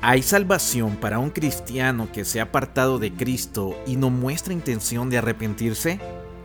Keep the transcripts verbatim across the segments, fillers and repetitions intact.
¿Hay salvación para un cristiano que se ha apartado de Cristo y no muestra intención de arrepentirse?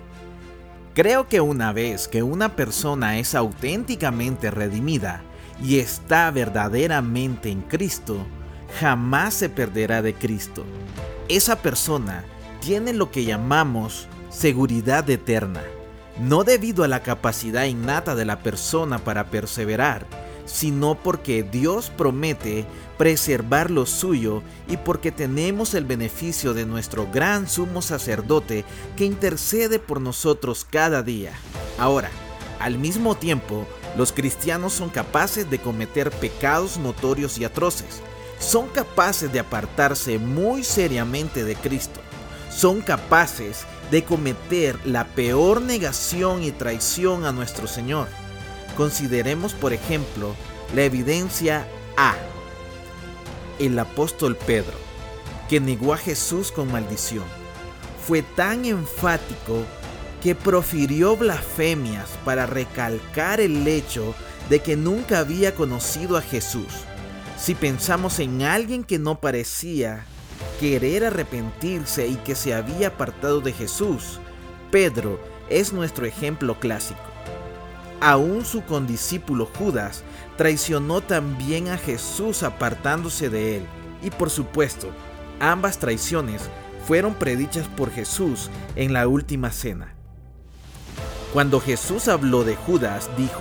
Creo que una vez que una persona es auténticamente redimida y está verdaderamente en Cristo, jamás se perderá de Cristo. Esa persona tiene lo que llamamos seguridad eterna, no debido a la capacidad innata de la persona para perseverar, sino porque Dios promete preservar lo suyo y porque tenemos el beneficio de nuestro gran sumo sacerdote que intercede por nosotros cada día. Ahora, al mismo tiempo, los cristianos son capaces de cometer pecados notorios y atroces. Son capaces de apartarse muy seriamente de Cristo. Son capaces de cometer la peor negación y traición a nuestro Señor. Consideremos, por ejemplo, la evidencia A. El apóstol Pedro, que negó a Jesús con maldición. Fue tan enfático que profirió blasfemias para recalcar el hecho de que nunca había conocido a Jesús. Si pensamos en alguien que no parecía querer arrepentirse y que se había apartado de Jesús, Pedro es nuestro ejemplo clásico. Aún su condiscípulo Judas traicionó también a Jesús apartándose de él. Y por supuesto, ambas traiciones fueron predichas por Jesús en la última cena. Cuando Jesús habló de Judas, dijo: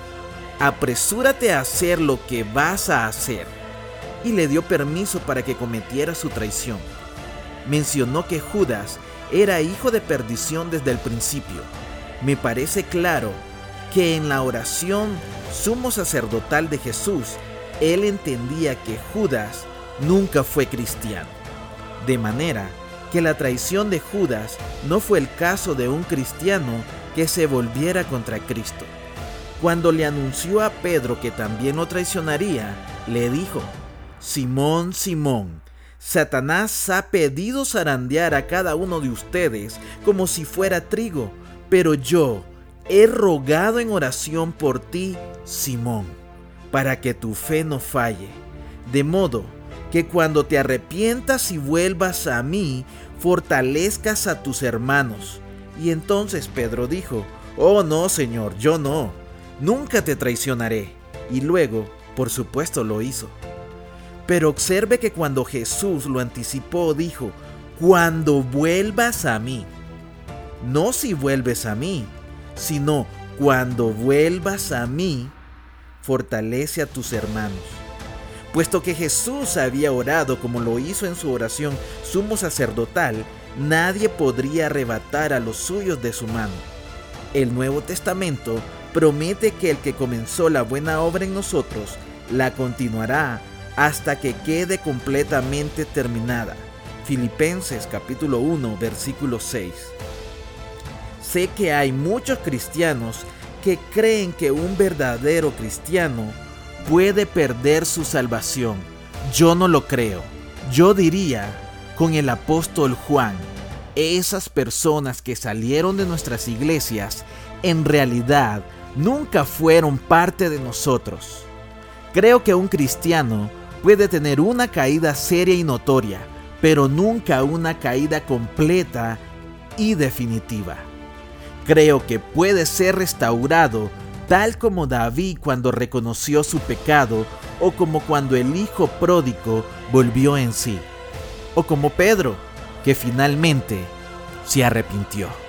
«Apresúrate a hacer lo que vas a hacer», y le dio permiso para que cometiera su traición. Mencionó que Judas era hijo de perdición desde el principio. Me parece claro que en la oración sumo sacerdotal de Jesús, él entendía que Judas nunca fue cristiano. De manera que la traición de Judas no fue el caso de un cristiano que se volviera contra Cristo. Cuando le anunció a Pedro que también lo traicionaría, le dijo: «Simón, Simón, Satanás ha pedido zarandear a cada uno de ustedes como si fuera trigo, pero yo he rogado en oración por ti, Simón, para que tu fe no falle, de modo que cuando te arrepientas y vuelvas a mí, fortalezcas a tus hermanos». Y entonces Pedro dijo: «Oh no, Señor, yo no, nunca te traicionaré». Y luego, por supuesto, lo hizo. Pero observe que cuando Jesús lo anticipó, dijo: «Cuando vuelvas a mí». No si vuelves a mí, sino cuando vuelvas a mí, fortalece a tus hermanos. Puesto que Jesús había orado como lo hizo en su oración sumo sacerdotal, nadie podría arrebatar a los suyos de su mano. El Nuevo Testamento promete que el que comenzó la buena obra en nosotros la continuará hasta que quede completamente terminada. Filipenses capítulo uno, versículo seis. Sé que hay muchos cristianos que creen que un verdadero cristiano puede perder su salvación. Yo no lo creo. Yo diría, con el apóstol Juan, esas personas que salieron de nuestras iglesias en realidad nunca fueron parte de nosotros. Creo que un cristiano puede tener una caída seria y notoria, pero nunca una caída completa y definitiva. Creo que puede ser restaurado tal como David cuando reconoció su pecado, o como cuando el hijo pródigo volvió en sí, o como Pedro, que finalmente se arrepintió.